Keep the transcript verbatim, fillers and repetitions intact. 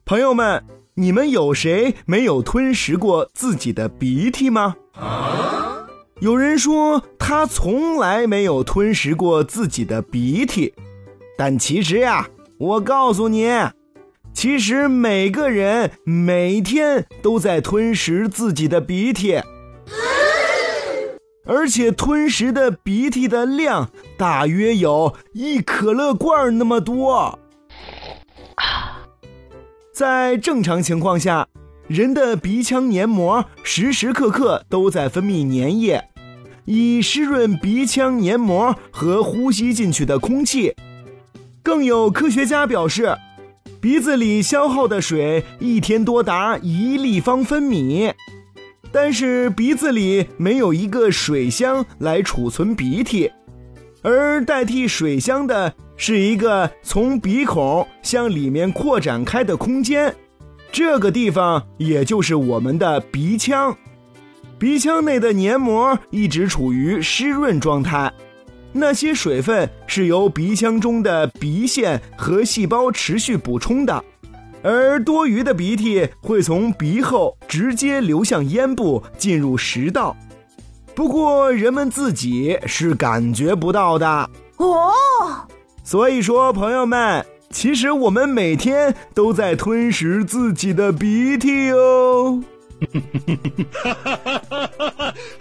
朋友们，你们有谁没有吞食过自己的鼻涕吗？啊？有人说他从来没有吞食过自己的鼻涕，但其实呀，我告诉你，其实每个人每天都在吞食自己的鼻涕，而且吞食的鼻涕的量大约有一可乐罐那么多。在正常情况下，人的鼻腔黏膜时时刻刻都在分泌粘液，以湿润鼻腔黏膜和呼吸进去的空气。更有科学家表示，鼻子里消耗的水一天多达一立方分米，但是鼻子里没有一个水箱来储存鼻涕，而代替水箱的是一个从鼻孔向里面扩展开的空间，这个地方也就是我们的鼻腔。鼻腔内的黏膜一直处于湿润状态，那些水分是由鼻腔中的鼻腺和细胞持续补充的，而多余的鼻涕会从鼻后直接流向咽部，进入食道。不过人们自己是感觉不到的哦。 所以说朋友们，其实我们每天都在吞食自己的鼻涕哦。